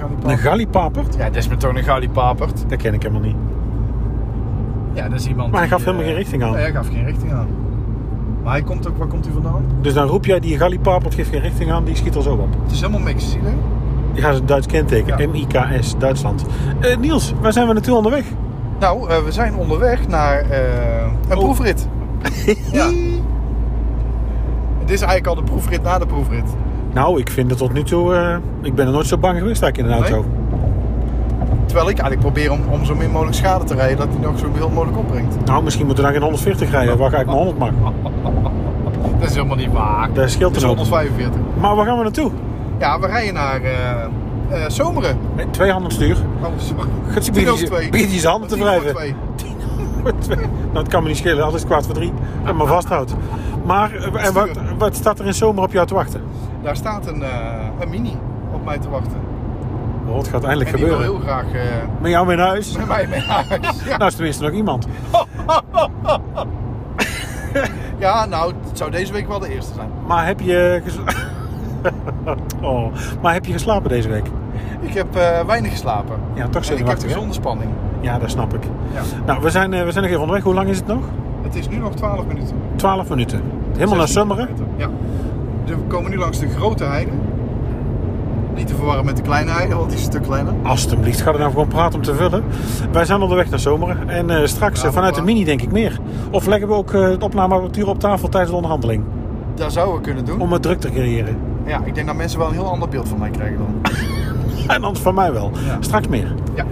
Gallipapert. Een Gallipapert? Ja, dat is me toch een Gallipapert. Dat ken ik helemaal niet. Ja, dat is iemand Maar hij die, gaf helemaal geen richting aan. Nee, hij gaf geen richting aan. Maar hij komt ook, waar komt hij vandaan? Dus dan roep jij die Gallipapert geeft geen richting aan, die schiet er zo op. Het is helemaal Mexisch, hè? Ja, dat is een Duits kenteken. Ja. MIKS, Duitsland. Niels, waar zijn we naartoe onderweg? Nou, we zijn onderweg naar een proefrit. Ja. Dit is eigenlijk al de proefrit na de proefrit. Nou, ik vind het tot nu toe... ik ben er nooit zo bang geweest eigenlijk in een auto. Terwijl ik eigenlijk probeer om zo min mogelijk schade te rijden, dat hij nog zo veel mogelijk opbrengt. Nou, misschien moeten we dan geen 140 rijden, waar ga ik maar 100 maken. Dat is helemaal niet waar. Dat scheelt Het is er ook. 145. Maar waar gaan we naartoe? Ja, we rijden naar Zomeren. Nee, 2 handen stuur. Oh, sorry. Gaat ze 10 over 2. begint die zijn handen te 10 over wrijven. 2. 2. Nou, het kan me niet schelen, altijd kwart voor 3. Dat me vasthoudt. Maar wat staat er in zomer op jou te wachten? Daar staat een mini op mij te wachten. Oh, het gaat eindelijk En die gebeuren. wil heel graag Met jou mee naar huis? met mij mee naar huis. Ja. Nou is tenminste nog iemand. Ja, nou, het zou deze week wel de eerste zijn. Maar heb je... maar heb je geslapen deze week? Ik heb weinig geslapen. Ja, toch En ik heb zenuwachtig, hè? gezonde spanning. Ja, dat snap ik. Ja. Nou, we zijn nog even onderweg. Hoe lang is het nog? Het is nu nog 12 minuten. 12 minuten. Helemaal naar 16 Zomeren? kilometer. Ja. We komen nu langs de grote heide. Niet te verwarren met de kleine heide, want die is een stuk kleiner. Alsjeblieft, ga er nou gewoon praten om te vullen. Wij zijn onderweg naar Zomeren. En straks Ja, vanuit de maar- mini denk ik meer. Of leggen we ook het opnameapparatuur op tafel tijdens de onderhandeling. Dat zouden we kunnen doen. Om het druk te creëren. Ja, ik denk dat mensen wel een heel ander beeld van mij krijgen dan. En anders van mij wel. Ja. Straks meer. Ja.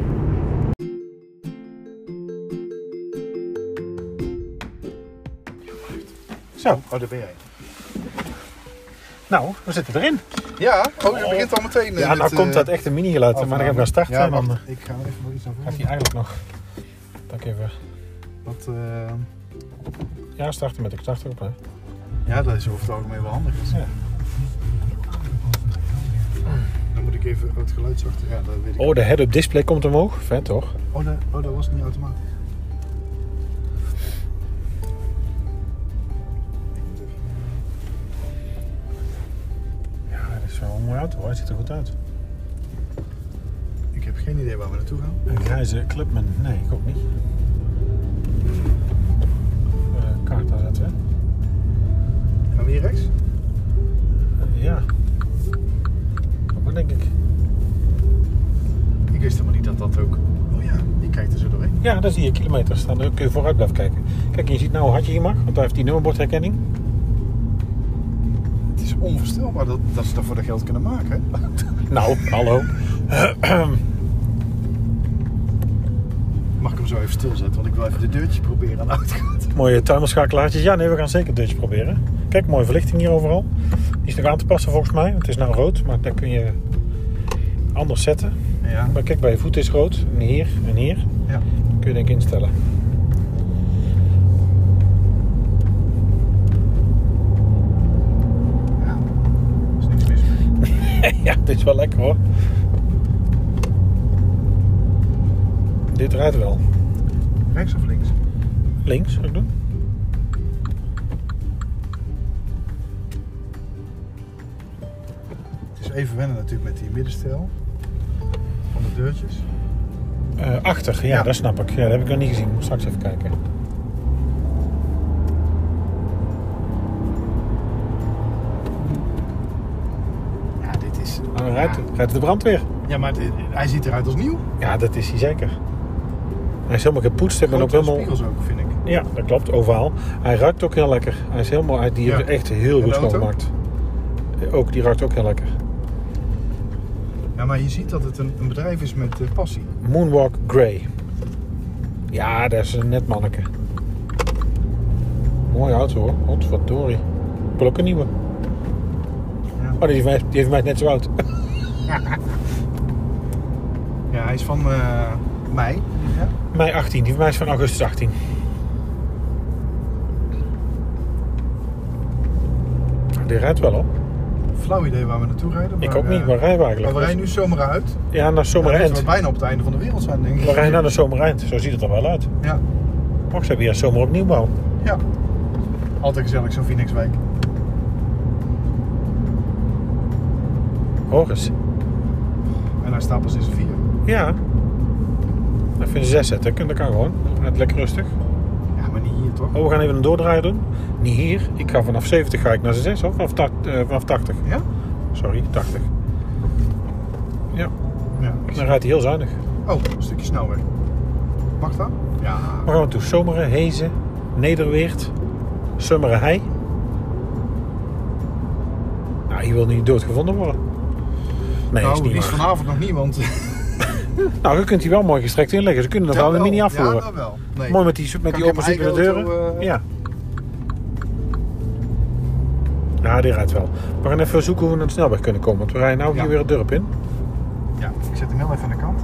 Zo, Oh, daar ben jij. nou, we zitten erin. Ja, oh, je begint al meteen. Ja, nou komt dat echt een mini-geluid. Maar dan gaan we gaan starten. Ja, en dan wacht. Ik ga even nog iets aan gaat hij eigenlijk nog... Dank even. Wat, Ja, starten met de starter op. Hè. ja, dat is over het algemeen wel handig. Ja. Dan moet ik even het geluid zachter. Ja, dat weet ik. Oh, de head-up display komt omhoog. Vet toch? Oh, dat was niet automatisch. Ja, dat is wel een mooie auto hoor. Hij ziet er goed uit. Ik heb geen idee waar we naartoe gaan. Een grijze Clubman. Nee, ik ook niet. Kaart daar zetten. Gaan we hier rechts? Ja. Wat denk ik? Ik wist helemaal niet dat dat ook... Oh ja, die kijkt er zo doorheen. Ja, daar zie je kilometers staan. Dan kun je vooruit blijven kijken. Kijk, je ziet nou hoe hard je hier mag. Want daar heeft die nummerbordherkenning. Het is onvoorstelbaar dat ze dat voor dat geld kunnen maken. Hè? Nou, hallo. Mag ik hem zo even stilzetten? Want ik wil even de deurtje proberen aan de auto. Mooie tuimelschakelaartjes. Ja, nee, we gaan zeker een deurtje proberen. Kijk, mooie verlichting hier overal. Die is nog aan te passen volgens mij. Het is nou rood, maar daar kun je anders zetten. Ja. Maar kijk, bij je voet is rood. En hier en hier. Ja. Dat kun je denk ik instellen. Ja. Er is niks mis mee. Ja, dit is wel lekker hoor. Dit rijdt wel. Rechts of links? Links, zou ik doen. Het is even wennen natuurlijk met die middenstijl van de deurtjes. Achter, ja, Ja. dat snap ik. Ja, dat heb ik nog niet gezien. Moet straks even kijken. Ja, dit is... Nou, rijdt de brandweer. Ja, maar hij ziet eruit als nieuw. Ja, dat is hij zeker. Hij is helemaal gepoetst. Ik ben ook Grote helemaal... spiegels ook, vind ik. Ja, dat klopt. Ovaal. Hij ruikt ook heel lekker. Hij is helemaal uit. Die Ja. heeft echt heel En goed de auto? schoongemaakt. Ook, die ruikt ook heel lekker. Ja, maar je ziet dat het een bedrijf is met passie. Moonwalk Grey. Ja, dat is een net manneke. Mooie auto hoor. Godverdorie. Ik wil ook een nieuwe. Ja. Oh, die heeft mij net zo oud. Ja, hij is van mei. Ja. Mei 18. Die van mij is van augustus 18. Die rijdt wel hoor. Flauw idee waar we naartoe rijden. Ik maar, ook niet. Waar rijden we eigenlijk? Maar we rijden nu zomer uit. Ja, naar Dan Zomerend. moeten we bijna op het einde van de wereld zijn, denk ik. We rijden naar de Zomerend. Zo ziet het er wel uit. Ja. Och, ze hebben hier zomer op nieuwbouw. Ja. Altijd gezellig, zo'n Phoenixwijk. Hoor eens. hij staat pas in zijn 4. Ja. Even in 6 zetten, dat kan gewoon. Het lekker rustig. Ja, maar niet hier toch? Oh, we gaan even een doordraaien doen. Niet hier. Ik ga vanaf 70 ga ik naar de 6 of vanaf 80. Ja? Sorry, 80. Ja. Ja. Dan rijdt hij heel zuinig. Oh, een stukje snelweg. Mag dat? Ja. Waar gaan we toe? Zomeren, Hezen, Nederweert, Summeren, Hei. Nou, hier wil niet doodgevonden worden. Nee, Nou, is niet liefst waar. vanavond nog niet, want... Nou, je kunt hier wel mooi gestrekt inleggen. Ze kunnen er wel een mini afvoeren. Ja, dat wel. Nee. Mooi met die Kan ik open in mijn zittende eigen deuren. auto, Ja. Ja, die rijdt wel. We gaan even zoeken hoe we naar de snelweg kunnen komen. Want we rijden nou hier weer het dorp in. Ja, ik zet hem heel even aan de kant.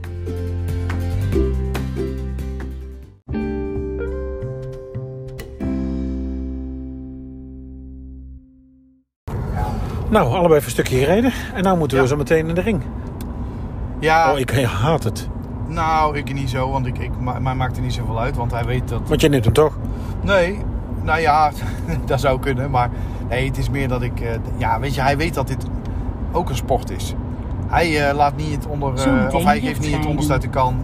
Nou, allebei even een stukje gereden. En nou moeten we Ja. zo meteen in de ring. Ja, Oh, ik haat het. nou, ik niet zo, want mij maakt er niet zoveel uit, want hij weet dat... Want je neemt hem toch? Nee, nou ja, dat zou kunnen, maar nee, het is meer dat ik... ja, weet je, hij weet dat dit ook een sport is. Hij laat niet het onder... of hij geeft niet het onderste uit de kan.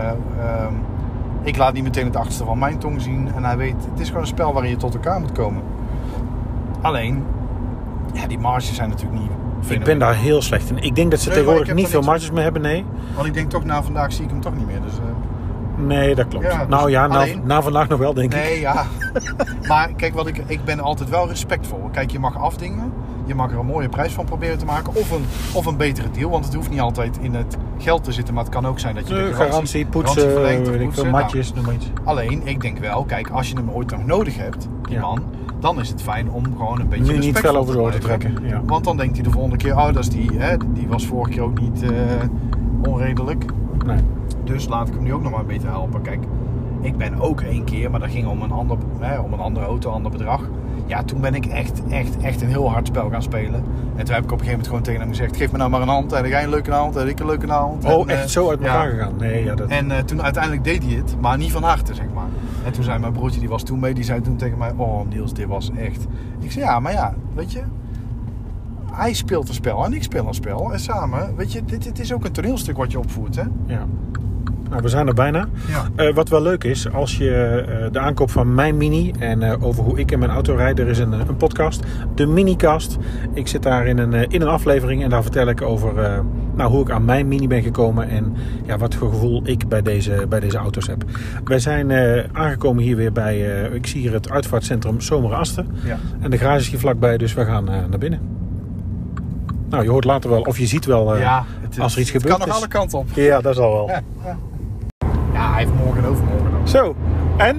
Ik laat niet meteen het achterste van mijn tong zien. En hij weet, het is gewoon een spel waarin je tot elkaar moet komen. Alleen, ja, die marges zijn natuurlijk niet... Ik ben daar heel slecht in. Ik denk dat ze Nee, tegenwoordig maar ik niet heb veel er marges meer hebben, nee. Want ik denk toch, na vandaag zie ik hem toch niet meer. Dus, Nee, dat klopt. Ja, dus nou ja, alleen- na vandaag nog wel, denk ik. nee, ja. Maar kijk, ik ben altijd wel respectvol. Kijk, je mag afdingen. Je mag er een mooie prijs van proberen te maken. Of een betere deal. Want het hoeft niet altijd in het geld te zitten. Maar het kan ook zijn dat je de Garantie, poetsen, verlengt of weet ik poetsen. veel, Nou, matjes, noem maar iets. alleen, ik denk wel, kijk, als je hem ooit nog nodig hebt, die Ja. man, dan is het fijn om gewoon een beetje Nu niet respectvol fel over de oren te blijven. trekken. Ja. Want dan denkt hij de volgende keer, oh, dat is die, hè, die was vorige keer ook niet onredelijk. Nee. Dus laat ik hem nu ook nog maar een beetje helpen. Kijk, ik ben ook 1 keer, maar dat ging om een andere auto, een ander bedrag. Ja, toen ben ik echt een heel hard spel gaan spelen. En toen heb ik op een gegeven moment gewoon tegen hem gezegd, geef me nou maar een hand. En dan ga je een leuke hand, en ik een leuke hand. Oh, en, echt zo uit elkaar ja. gegaan? Nee, ja, dat... En toen uiteindelijk deed hij het, maar niet van harte, zeg maar. En toen zei mijn broertje, die was toen mee, die zei toen tegen mij, oh Niels, dit was echt... Ik zei, ja, maar ja, weet je... Hij speelt een spel en ik speel een spel. En samen, weet je, dit is ook een toneelstuk wat je opvoert, hè? Ja. Nou, we zijn er bijna. Ja. Wat wel leuk is, als je de aankoop van mijn Mini en over hoe ik in mijn auto rijd, er is een podcast, de Minicast. Ik zit daar in een aflevering en daar vertel ik over hoe ik aan mijn Mini ben gekomen en ja, wat voor gevoel ik bij deze auto's heb. Wij zijn aangekomen hier weer bij, ik zie hier het uitvaartcentrum Zomeren-Asten. Ja. En de garage is hier vlakbij, dus we gaan naar binnen. Nou, je hoort later wel, of je ziet wel als er iets gebeurt. Het kan nog alle kanten op. Ja, dat zal wel. Ja, hij heeft morgen en overmorgen nog. Zo, en?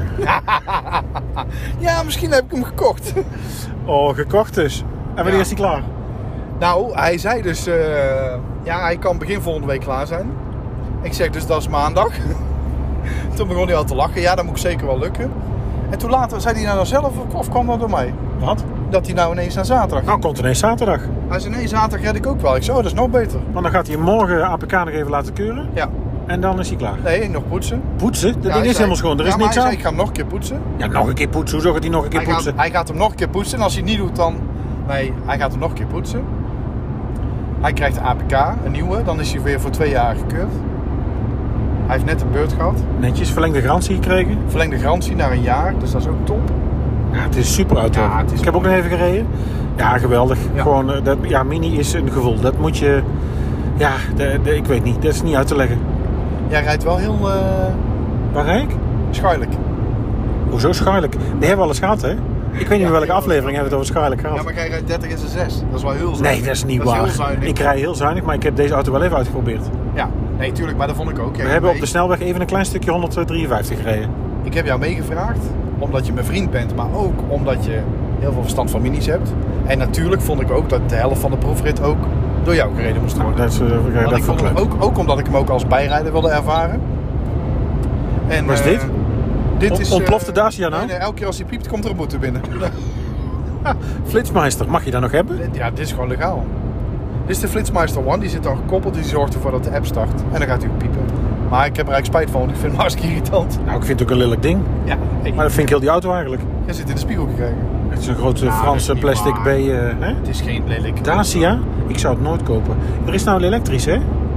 Ja, misschien heb ik hem gekocht. Oh, gekocht dus. En wanneer Ja. is die klaar? Nou, hij zei dus... hij kan begin volgende week klaar zijn. Ik zeg dus, dat is maandag. Toen begon hij al te lachen. Ja, dat moet zeker wel lukken. En toen later, zei hij nou zelf of kwam dat door mij? Wat? Dat hij nou ineens naar zaterdag... Nou, komt ineens zaterdag. Hij zei, nee, zaterdag red ik ook wel. Ik zei, oh, dat is nog beter. Want dan gaat hij morgen APK nog even laten keuren. Ja. En dan is hij klaar. Nee, nog poetsen. Poetsen? Dat Ja, ding hij is zei- helemaal schoon. Er is ja, maar niks hij aan. zei, ik ga hem nog een keer poetsen. Ja, nog een keer poetsen. Hoe zou hij nog een keer poetsen? Hij gaat hem nog een keer poetsen. En als hij het niet doet, dan... Nee, hij gaat hem nog een keer poetsen. Hij krijgt de APK, een nieuwe. Dan is hij weer voor 2 jaar gekeurd. Hij heeft net een beurt gehad. Netjes, verlengde garantie gekregen. Verlengde garantie naar 1 jaar. Dus dat is ook top. Ja, het is super auto. Ja, het is ik heb ook nog even gereden. Ja, geweldig. Ja. Gewoon, Mini is een gevoel. Dat moet je... Ja, ik weet niet. Dat is niet uit te leggen. Jij rijdt wel heel Waar rijd ik? schuilijk. Hoezo schuilijk? Die hebben we al eens gehad, hè? Ik weet niet meer welke aflevering hebben we het over schuilijk gehad. Ja, maar jij rijdt 30 in zijn 6. Dat is wel heel zuinig. Nee, dat is niet dat waar. Is heel zuinig. Ik rij heel zuinig, maar ik heb deze auto wel even uitgeprobeerd. Ja, nee, tuurlijk. Maar dat vond ik ook. We hebben op de snelweg even een klein stukje 153 gereden. Ik heb jou meegevraagd. Omdat je mijn vriend bent. Maar ook omdat je heel veel verstand van minis hebt. En natuurlijk vond ik ook dat de helft van de proefrit ook door jou gereden moest worden. Dat is Want dat ik vond leuk. hem ook omdat ik hem ook als bijrijder wilde ervaren. En, Wat is dit? Dit is... Ontploft de Dacia nou? Nee, elke keer als hij piept komt er een boete binnen. Flitsmeister, mag je dat nog hebben? Ja, dit is gewoon legaal. Dit is de Flitsmeister One, die zit dan gekoppeld. Die zorgt ervoor dat de app start. En dan gaat hij ook piepen. Maar ik heb er eigenlijk spijt van, want ik vind hem hartstikke irritant. Nou, ik vind het ook een lelijk ding. Ja, hey, Maar dat vind ik heel die auto eigenlijk. jij zit in de spiegel gekeken. Het is een grote Nou, dat Franse is niet plastic waar. B. Hè? Het is geen lelijk. Dacia? Ik zou het nooit kopen. Er is nou een elektrisch, hè?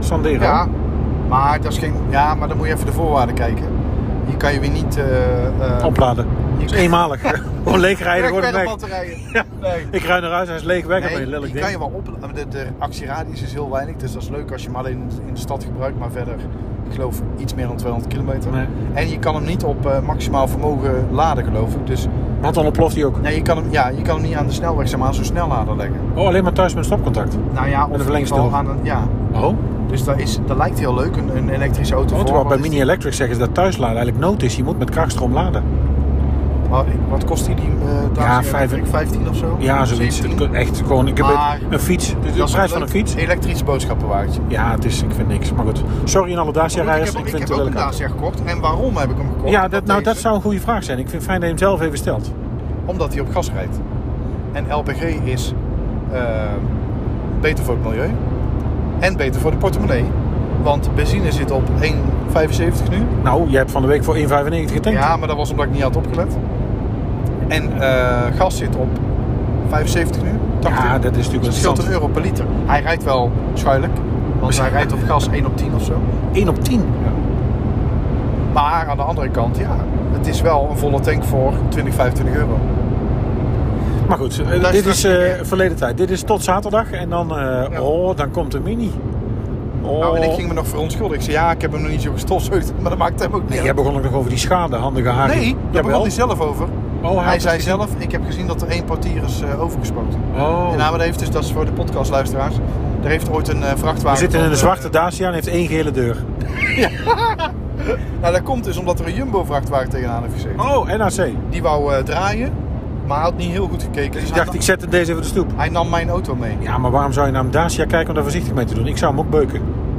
Sandero. Ja, maar dat is geen... Ja, maar dan moet je even de voorwaarden kijken. Hier kan je weer niet... Opladen. Dat is eenmalig. Gewoon leeg rijden, gewoon weg. batterijen. Ja. Nee. Ik rijd naar huis, hij is leeg weg. Nee, Nee, die kan je wel opladen. De actieradius is heel weinig, dus dat is leuk als je hem alleen in de stad gebruikt. Maar verder, ik geloof iets meer dan 200 kilometer. Nee. En je kan hem niet op maximaal vermogen laden, geloof ik. Dus Want dan ontploft hij ook. nee, je kan hem niet aan de snelweg, zeg maar, aan zo'n snellader leggen. Oh, alleen maar thuis met een stopcontact. Nou ja, of een in ieder geval verlengsnoer. aan een... Ja. Oh. Dus dat lijkt heel leuk, een elektrische auto. Terwijl bij Mini Electric zeggen ze dat thuisladen eigenlijk nood is. Je moet met krachtstroom laden. Wat kost die Ja, 15 of zo? Ja, zoiets. 17? Echt gewoon, ik heb een fiets. De Dat is prijs van een fiets. Elektrisch boodschappenwagentje. Ja, ik vind niks. Maar goed. Sorry in alle Dacia-rijders. Ik vind heb het ook wel een leuk. Dacia gekocht. En waarom heb ik hem gekocht? Ja, dat zou een goede vraag zijn. Ik vind het fijn dat je hem zelf even stelt. Omdat hij op gas rijdt. En LPG is beter voor het milieu. En beter voor de portemonnee. Want benzine zit op 1,75 nu. Nou, je hebt van de week voor 1,95 getankt. Ja, maar dat was omdat ik niet had opgelet. En gas zit op 75 nu. 80. Ja, dat is natuurlijk Het scheelt €1 per liter. Hij rijdt wel schuilijk. Want hij rijdt op gas 1 op 10 of zo. 1 op 10. Ja. Maar aan de andere kant, ja, het is wel een volle tank voor 20-25 euro. Maar goed, dit is verleden tijd. Dit is tot zaterdag. En dan, dan komt de Mini. Oh. Nou, en ik ging me nog verontschuldigen. Ik zei, ja, ik heb hem nog niet zo gestofzuigd. Maar dat maakt hem ook niet Nee, uit. jij begon ook nog over die schade, handige Harry. Nee, daar begon hij zelf over. Oh, hij zei zelf, ik heb gezien dat er 1 portier is overgespoten. Oh. En nou, maar dat is voor de podcastluisteraars. Er heeft ooit een vrachtwagen... We zitten in een zwarte Dacia en heeft 1 gele deur. Ja. Nou, dat komt dus omdat er een Jumbo-vrachtwagen tegenaan heeft gezeten. Oh, NAC. Die wou draaien, maar hij had niet heel goed gekeken. Dus Ik dacht, ik zet deze even op de stoep. hij nam mijn auto mee. Ja, maar waarom zou je naar een Dacia kijken om daar voorzichtig mee te doen? Ik zou hem ook beuken.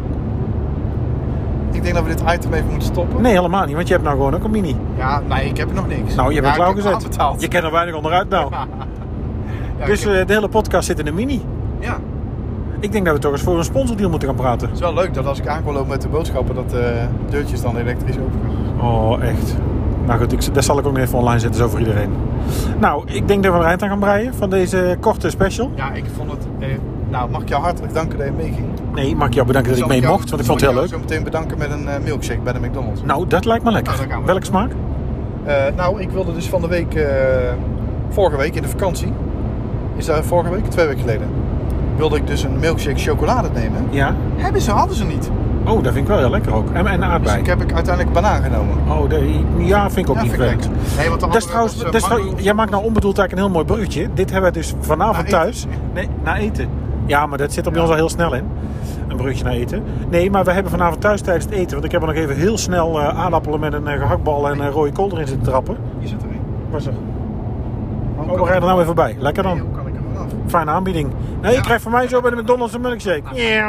Ik denk dat we dit item even moeten stoppen. Nee, helemaal niet, want je hebt nou gewoon ook een Mini. Ja, nee, ik heb nog niks. Nou, je hebt het klauw gezet. Betaald. Je kent er weinig onderuit nou. Ja, Dus de hele podcast zit in een Mini. ja, Ik denk dat we toch eens voor een sponsordeal moeten gaan praten. het is wel leuk dat als ik aankom lopen met de boodschappen, dat de deurtjes dan elektrisch open gaan. Oh, echt. Nou goed, dat zal ik ook nog even online zetten, zo voor iedereen. Nou, ik denk dat we er eind aan gaan breien van deze korte special. Ja, ik vond het... nou, mag ik jou hartelijk danken dat je meeging. Nee, mag ik jou bedanken dat ik Zal mee jou- mocht, want ik vond het heel leuk. Zo meteen bedanken met een milkshake bij de McDonald's. Nou, dat lijkt me lekker. Nou, dan gaan we. Welke smaak? Nou, ik wilde dus van de week... vorige week in de vakantie... Is dat vorige week? 2 weken geleden. Wilde ik dus een milkshake chocolade nemen. Ja. Hadden ze niet. Oh, dat vind ik wel heel lekker ook. En aardbei. Dus heb ik uiteindelijk banaan genomen. Oh, ja, vind ik ook niet vind ik vervelend. lekker. Nee, want de Dat is andere trouwens, was, jij maakt nou onbedoeld eigenlijk een heel mooi bruggetje. Dit hebben we dus vanavond Na thuis. eten. Nee, na eten. Ja, maar dat zit er bij ons al heel snel in. Een bruggetje naar eten. Nee, maar we hebben vanavond thuis tijdens het eten. Want ik heb er nog even heel snel aardappelen met een gehaktbal en rode kool erin zitten trappen. Hier zit erin. Was er? Oh, we rijden er nou even bij. Lekker dan. Hoe kan ik er vanaf? Fijne aanbieding. Nee, je krijgt van mij zo bij de McDonald's een milkshake.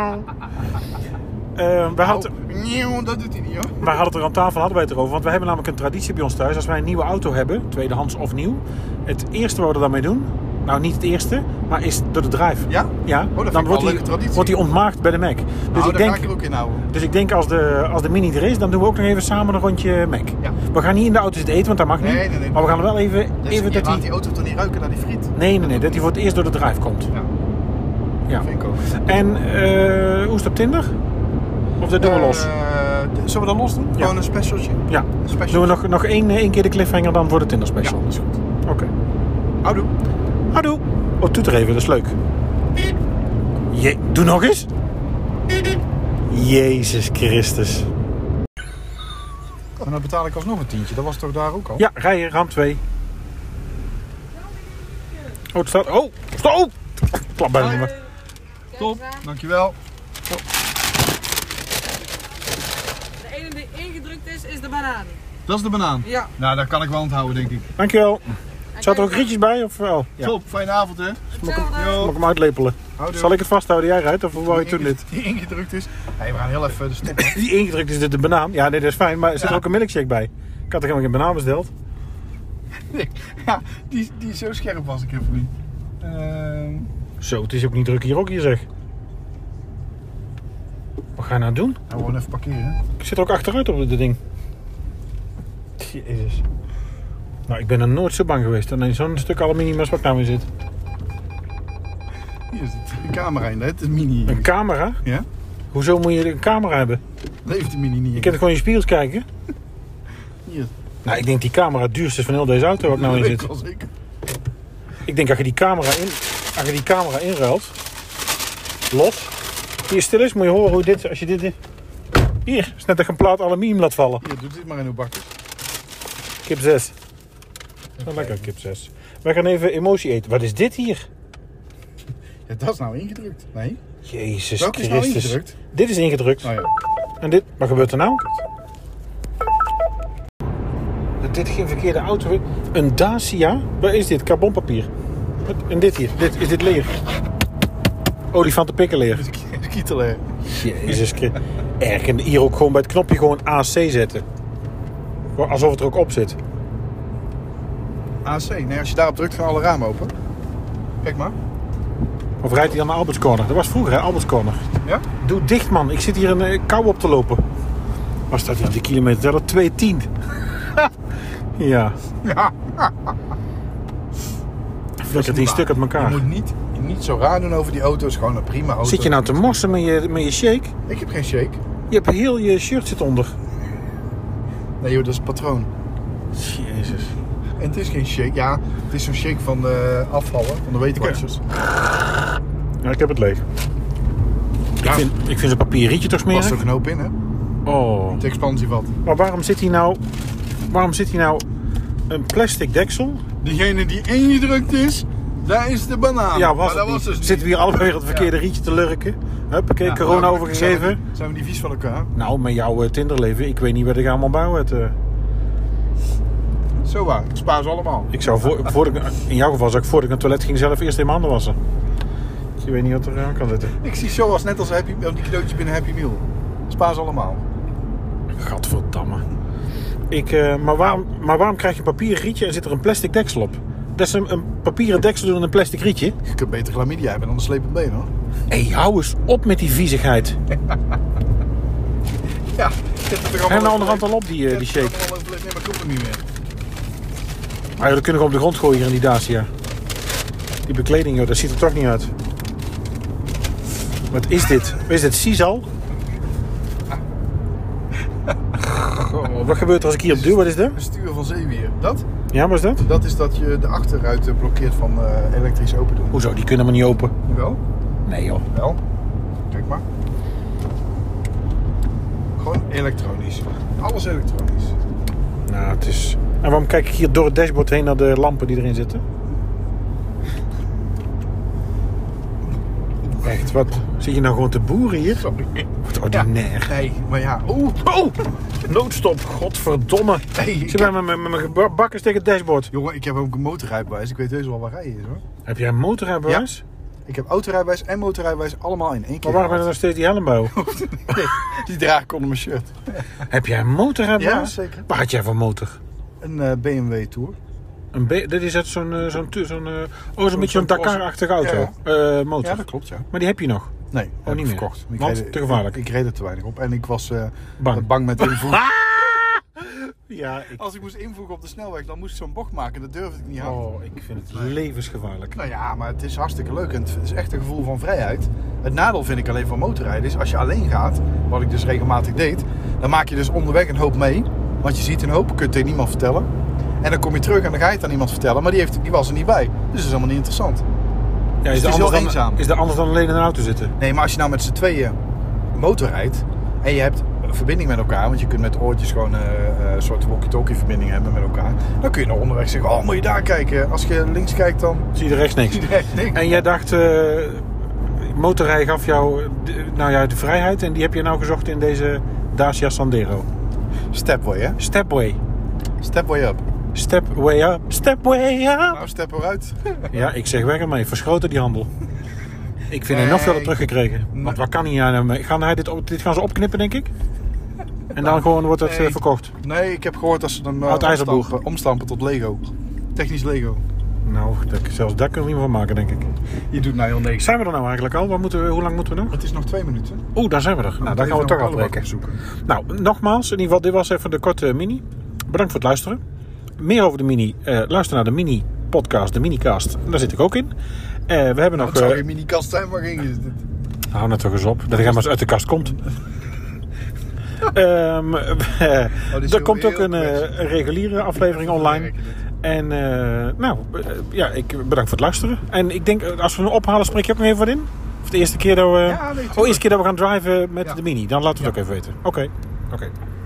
We hadden Dat doet hij niet, hoor. wij hadden het er aan tafel hadden wij het erover. Want we hebben namelijk een traditie bij ons thuis. Als wij een nieuwe auto hebben, tweedehands of nieuw. Het eerste wat we daarmee doen. Nou, niet het eerste, maar is door de drive. Ja? Ja, vind ik dan wel een leuke traditie. wordt die ontmaagd bij de Mac. Dus, Nou, ik daar ga ik denk, er ook in houden. dus ik denk als de Mini er is, dan doen we ook nog even samen een rondje Mac. Ja. We gaan niet in de auto zitten eten, want dat mag niet. Nee. Maar we gaan er wel even Dus even je dat laat die... die auto toch niet ruiken naar die friet? Nee, dat die voor het eerst door de drive komt. Ja, Ja. vind ik ook. En hoe is het op Tinder? Of dat doen we los? Zullen we dat los doen? Ja. Gewoon een specialtje? Ja. Een special. Doen we nog één keer de cliffhanger dan voor de Tinder Ja, special? dat is goed. Oké. Houdoe. Houdoe. Oh, toeter even, dat is leuk. Doe nog eens. Jezus Christus. En dan betaal ik alsnog een tientje. Dat was toch daar ook al? Ja, rij je, ram 2. Oh, het staat... Oh, stop! Klap bijna niet meer. Top, dankjewel. De ene die ingedrukt is de banaan. Dat is de banaan. Ja. Nou, daar kan ik wel onthouden, denk ik. Dankjewel. Zat er ook rietjes bij? Of wel? Ja. Top, fijne avond, hè. Hetzelfde. Mag ik hem uitlepelen? Houdoe. Zal ik het vasthouden? Jij rijdt? Of wou je toen dit? Die ingedrukt is. Hey, we gaan heel even de stop. Die ingedrukt is dit de banaan. Ja, nee, dat is fijn. Maar er zit er ook een milkshake bij. Ik had er helemaal geen banaan besteld. Ja, die zo scherp was ik even niet. Zo, het is ook niet druk hier ook hier zeg. Wat ga je nou doen? Nou, gewoon even parkeren. Ik zit er ook achteruit op dit ding. Jezus. Nou, ik ben er nooit zo bang geweest. En in zo'n stuk aluminium als wat nou in zit. Hier zit een camera in, hè? Het is mini. Een camera? Ja? Hoezo moet je een camera hebben? Leeft de Mini niet. Je kunt gewoon in je spiegels kijken. Hier. Nou, ik denk die camera het duurste is van heel deze auto waar ik nou in zit. Dat weet ik wel zeker. Ik denk als je die camera inruilt, los, hier stil is, moet je horen hoe dit, als je dit... Hier, is net een plaat aluminium laat vallen. Hier, doe dit maar in uw bakjes. Kip 6. Zo lekker, kip 6. Wij gaan even emotie eten. Wat is dit hier? Ja, dat is nou ingedrukt. Nee. Jezus Welke is Christus. nou ingedrukt? Dit is ingedrukt. Oh ja. En dit, wat gebeurt er nou? Dat dit geen verkeerde auto is. Een Dacia? Wat is dit? Carbonpapier. En dit hier. Is dit leer? Olifantenpikkenleer. De kietel. Jezus Christus. Erg. En hier ook gewoon bij het knopje gewoon AC zetten. Alsof het er ook op zit. AC. Nee, als je daarop drukt gaan alle ramen open. Kijk maar. Of rijdt hij dan naar Alberts Corner? Dat was vroeger, hè? Alberts Corner. Ja? Doe dicht, man. Ik zit hier een kou op te lopen. Waar staat hij aan die kilometer teller? 210. Ja. Ja. Flikkert die stuk uit elkaar. Je moet niet zo raar doen over die auto. Het is gewoon een prima auto. Zit je nou te morsen met je shake? Ik heb geen shake. Je hebt heel je shirt zit onder. Nee joh, dat is het patroon. Jezus. En het is geen shake. Ja, het is zo'n shake van de afvallen, van de weetwassers. Ja, ik heb het leeg. Ja. Ik vind zo'n papier rietje toch Er past smerig. ook een hoop in, hè? Oh. Het expansievat. Maar waarom zit hier nou een plastic deksel? Degene die ingedrukt is, daar is de banaan. Ja, maar dat niet. was dus niet. Zitten we hier allebei weer het verkeerde rietje te lurken? Huppakee, Ja, corona nou, overgegeven. Zijn we niet vies van elkaar? Nou, met jouw Tinderleven, ik weet niet wat ik allemaal bouw. Zo waar, ik spaar ze allemaal. Ik zou in jouw geval zou ik voordat ik naar het toilet ging zelf eerst in mijn handen wassen. Dus je weet niet wat er aan kan zitten. Ik zie zoals net als die cadeautjes binnen Happy Meal. Spaar ze allemaal. Gadverdamme. Maar waarom krijg je een papieren rietje en zit er een plastic deksel op? Dat is een papieren deksel doen en een plastic rietje. Je kunt beter chlamydia hebben dan een slepend been, hoor. Hé, hou eens op met die viezigheid. Ja, zet het er allemaal En de andere hand al op die shake. Nee, maar klopt er niet meer. Maar dat kunnen we op de grond gooien hier in die Dacia. Die bekleding, joh, dat ziet er toch niet uit. Wat is dit? Is dit Sisal? Wat gebeurt er als ik hier op duw? Wat is dat? Een stuur van zeewier. Dat? Ja, wat is dat? Dat is dat je de achteruit blokkeert van elektrisch open doen. Hoezo? Die kunnen maar niet open. Wel? Nee joh. Wel. Kijk maar. Gewoon elektronisch. Alles elektronisch. Nou, het is... En waarom kijk ik hier door het dashboard heen naar de lampen die erin zitten? Echt, wat? Zit je nou gewoon te boeren hier? Sorry. Wat ordinair. Ja, nee, maar ja. Oeh. Oh! Noodstop, godverdomme. Hey, Ik zit met mijn bakkers tegen het dashboard. jongen, ik heb ook een motorrijbewijs. Ik weet heus wel waar rijden is, hoor. Heb jij een motorrijbewijs? Ik heb autorijbewijs en motorrijbewijs allemaal in één keer. Maar waarom ben je nog steeds die helm bij? Nee, die draag ik onder mijn shirt. Heb jij een motorrijbewijs? Ja, zeker. Waar had jij voor motor? Een BMW Tour. Dit is het zo'n beetje zo'n Dakar-achtige auto. Ja. Motor. Ja, dat klopt, ja. Maar die heb je nog? Nee, niet meer. verkocht. Ik Want? reed- Te gevaarlijk. Ik reed er te weinig op. En ik was Bang. bang met invoegen. Ja, Als ik moest invoegen op de snelweg, dan moest ik zo'n bocht maken. Dat durfde ik niet aan. ik vind het levensgevaarlijk. Nou ja, maar het is hartstikke leuk. En het is echt een gevoel van vrijheid. Het nadeel vind ik alleen van motorrijden is als je alleen gaat, wat ik dus regelmatig deed, dan maak je dus onderweg een hoop mee. Want je ziet een hoop, kun je tegen niemand vertellen. En dan kom je terug en dan ga je het aan iemand vertellen. Maar die was er niet bij. Dus dat is helemaal niet interessant. Ja, het is heel eenzaam. Is dat anders dan alleen in een auto zitten? Nee, maar als je nou met z'n tweeën motorrijdt en je hebt verbinding met elkaar, want je kunt met oortjes gewoon een soort walkie-talkie verbinding hebben met elkaar, dan kun je nog onderweg zeggen, oh moet je daar kijken. Als je links kijkt dan Zie je er rechts niks. zie je rechts niks. En jij dacht, motorrijden gaf jou de vrijheid en die heb je nou gezocht in deze Dacia Sandero. Stepway, hè? Stepway. Stepway up. Stepway up. Stepway up. Nou, step eruit. Ja, ik zeg weg ermee. Verschoten die handel. Ik vind hij nog veel teruggekregen. Want wat kan hij nou mee? Dit gaan ze opknippen, denk ik? En dan gewoon wordt het Nee. verkocht. Nee, ik heb gehoord dat ze dan Oud ijzerboeg. omstampen tot Lego. Technisch Lego. Nou, zelfs dat kunnen we niet meer van maken, denk ik. Je doet nou heel niks. Zijn we er nou eigenlijk al? Hoe lang moeten we nog? Het is nog 2 minuten. Oeh, daar zijn we er. Nou, daar gaan we toch afbreken. Zoeken. Nou, nogmaals, in ieder geval, dit was even de korte mini. Bedankt voor het luisteren. Meer over de mini. Luister naar de mini-podcast, de minicast. Daar zit ik ook in. We hebben nog... Het zou geen minikast zijn, maar ging je dit? Hou nou toch eens op. Dat hij maar eens uit de kast komt. Er komt ook een reguliere aflevering online. En ik bedankt voor het luisteren. En ik denk, als we hem ophalen, spreek je ook nog even wat in? Of de eerste keer dat we... eerste keer dat we gaan driven met de Mini. Dan laten we het ook even weten. Oké.